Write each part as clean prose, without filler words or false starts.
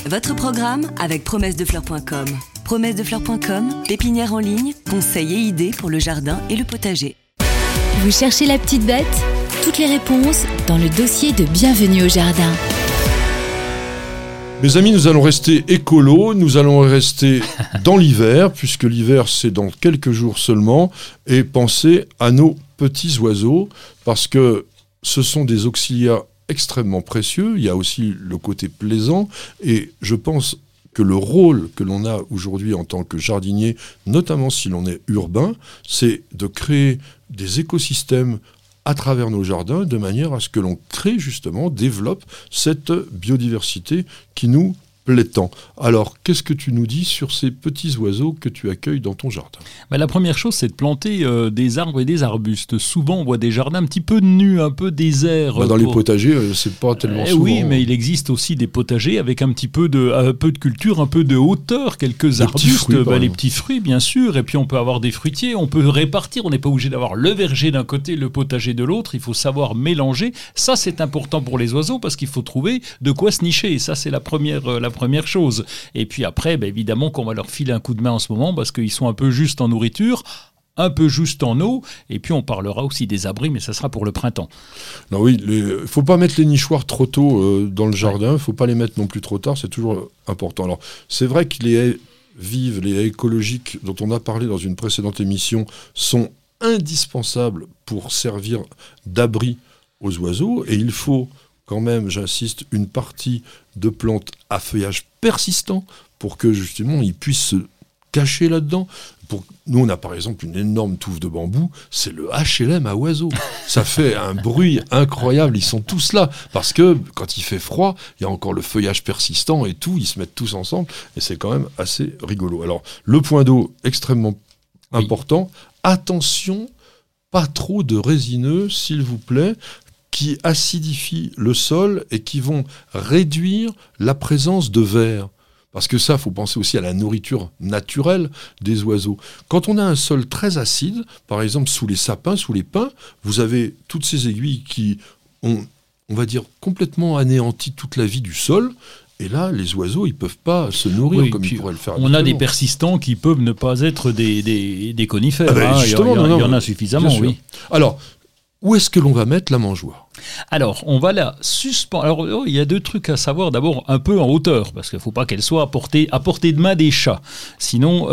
Votre programme avec promessesdefleurs.com. Promessesdefleurs.com, pépinière en ligne, conseils et idées pour le jardin et le potager. Vous cherchez la petite bête ? Toutes les réponses dans le dossier de Bienvenue au jardin. Mes amis, nous allons rester écolo, nous allons rester dans l'hiver, puisque l'hiver c'est dans quelques jours seulement, et penser à nos petits oiseaux, parce que ce sont des auxiliaires extrêmement précieux. Il y a aussi le côté plaisant, et je pense que le rôle que l'on a aujourd'hui en tant que jardinier, notamment si l'on est urbain, c'est de créer des écosystèmes à travers nos jardins, de manière à ce que l'on crée justement, développe cette biodiversité qui nous plaît tant. Alors, qu'est-ce que tu nous dis sur ces petits oiseaux que tu accueilles dans ton jardin ? La première chose, c'est de planter des arbres et des arbustes. Souvent, on voit des jardins un petit peu nus, un peu déserts. Les potagers, c'est pas tellement souvent. Oui, mais il existe aussi des potagers avec un petit peu de culture, un peu de hauteur, quelques arbustes, les petits fruits, bien sûr. Et puis, on peut avoir des fruitiers, on peut répartir. On n'est pas obligé d'avoir le verger d'un côté, le potager de l'autre. Il faut savoir mélanger. Ça, c'est important pour les oiseaux parce qu'il faut trouver de quoi se nicher. Et ça, c'est la première chose. Et puis après, évidemment qu'on va leur filer un coup de main en ce moment parce qu'ils sont un peu juste en nourriture, un peu juste en eau, et puis on parlera aussi des abris, mais ça sera pour le printemps. Non, oui, il ne faut pas mettre les nichoirs trop tôt dans le jardin, il ne faut pas les mettre non plus trop tard, c'est toujours important. Alors, c'est vrai que les haies vives, les haies écologiques dont on a parlé dans une précédente émission sont indispensables pour servir d'abri aux oiseaux, et il faut quand même, j'insiste, une partie de plantes à feuillage persistant pour que justement ils puissent se cacher là-dedans. Nous, on a par exemple une énorme touffe de bambou, c'est le HLM à oiseaux. Ça fait un bruit incroyable, ils sont tous là, parce que quand il fait froid, il y a encore le feuillage persistant et tout, ils se mettent tous ensemble, et c'est quand même assez rigolo. Alors, le point d'eau, extrêmement important. Attention, pas trop de résineux, s'il vous plaît, qui acidifient le sol et qui vont réduire la présence de vers. Parce que ça, il faut penser aussi à la nourriture naturelle des oiseaux. Quand on a un sol très acide, par exemple sous les sapins, sous les pins, vous avez toutes ces aiguilles qui ont, on va dire, complètement anéanti toute la vie du sol. Et là, les oiseaux, ils ne peuvent pas se nourrir comme ils pourraient le faire. On a des persistants qui peuvent ne pas être des conifères. Justement, il y en a suffisamment, oui. Alors, où est-ce que l'on va mettre la mangeoire ? Alors, on va la suspendre. Alors, il y a deux trucs à savoir. D'abord, un peu en hauteur, parce qu'il ne faut pas qu'elle soit à portée de main des chats. Sinon,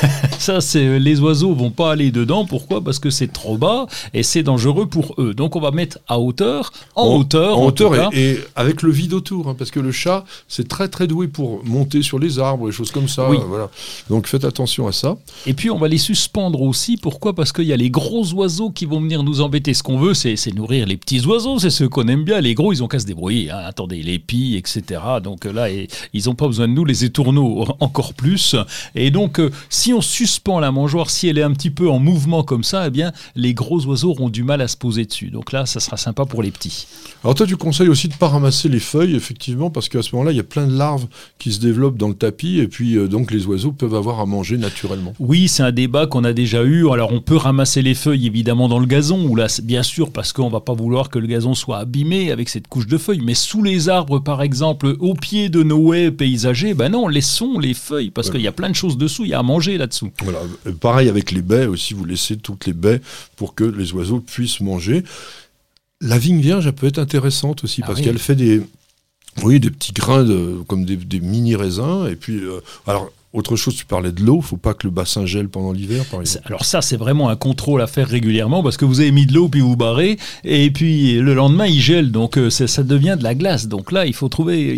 les oiseaux ne vont pas aller dedans. Pourquoi ? Parce que c'est trop bas et c'est dangereux pour eux. Donc, on va mettre à hauteur, en hauteur et avec le vide autour. Parce que le chat, c'est très très doué pour monter sur les arbres, des choses comme ça. Oui. Voilà. Donc, faites attention à ça. Et puis, on va les suspendre aussi. Pourquoi ? Parce qu'il y a les gros oiseaux qui vont venir nous embêter. Ce qu'on veut, c'est nourrir les petits oiseaux. C'est ceux qu'on aime bien. Les gros, ils ont qu'à se débrouiller. Attendez, les pies, etc. Donc là, ils n'ont pas besoin de nous. Les étourneaux, encore plus. Et donc, si on suspend la mangeoire, si elle est un petit peu en mouvement comme ça, eh bien, les gros oiseaux auront du mal à se poser dessus. Donc là, ça sera sympa pour les petits. Alors toi, tu conseilles aussi de ne pas ramasser les feuilles, effectivement, parce qu'à ce moment-là, il y a plein de larves qui se développent dans le tapis, et puis donc les oiseaux peuvent avoir à manger naturellement. Oui, c'est un débat qu'on a déjà eu. Alors, on peut ramasser les feuilles, évidemment, dans le gazon, où là, bien sûr, parce qu'on ne va pas vouloir que le gazon soit abîmé avec cette couche de feuilles, mais sous les arbres par exemple, au pied de nos haies paysagers, non, laissons les feuilles parce qu'il y a plein de choses dessous, il y a à manger là-dessous. Voilà. Pareil avec les baies aussi, vous laissez toutes les baies pour que les oiseaux puissent manger. La vigne vierge, elle peut être intéressante aussi parce qu'elle fait des petits grains comme des mini raisins et puis alors autre chose, tu parlais de l'eau, il ne faut pas que le bassin gèle pendant l'hiver, par exemple. Alors ça, c'est vraiment un contrôle à faire régulièrement parce que vous avez mis de l'eau puis vous barrez et puis le lendemain, il gèle. Donc ça devient de la glace. Donc là, il faut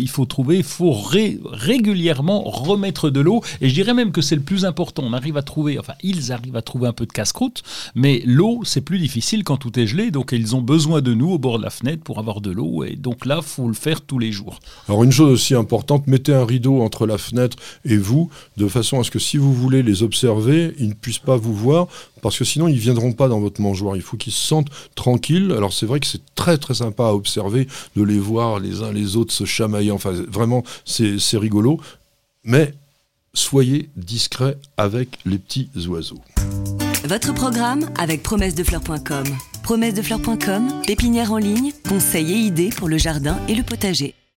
régulièrement remettre de l'eau. Et je dirais même que c'est le plus important. Ils arrivent à trouver un peu de casse-croûte, mais l'eau, c'est plus difficile quand tout est gelé. Donc ils ont besoin de nous au bord de la fenêtre pour avoir de l'eau. Et donc là, il faut le faire tous les jours. Alors une chose aussi importante, mettez un rideau entre la fenêtre et vous, de façon à ce que si vous voulez les observer, ils ne puissent pas vous voir, parce que sinon ils ne viendront pas dans votre mangeoire. Il faut qu'ils se sentent tranquilles. Alors c'est vrai que c'est très très sympa à observer, de les voir les uns les autres se chamailler, enfin vraiment c'est rigolo, mais soyez discrets avec les petits oiseaux. Votre programme avec promessesdefleurs.com. Promessesdefleurs.com, pépinière en ligne, conseils et idées pour le jardin et le potager.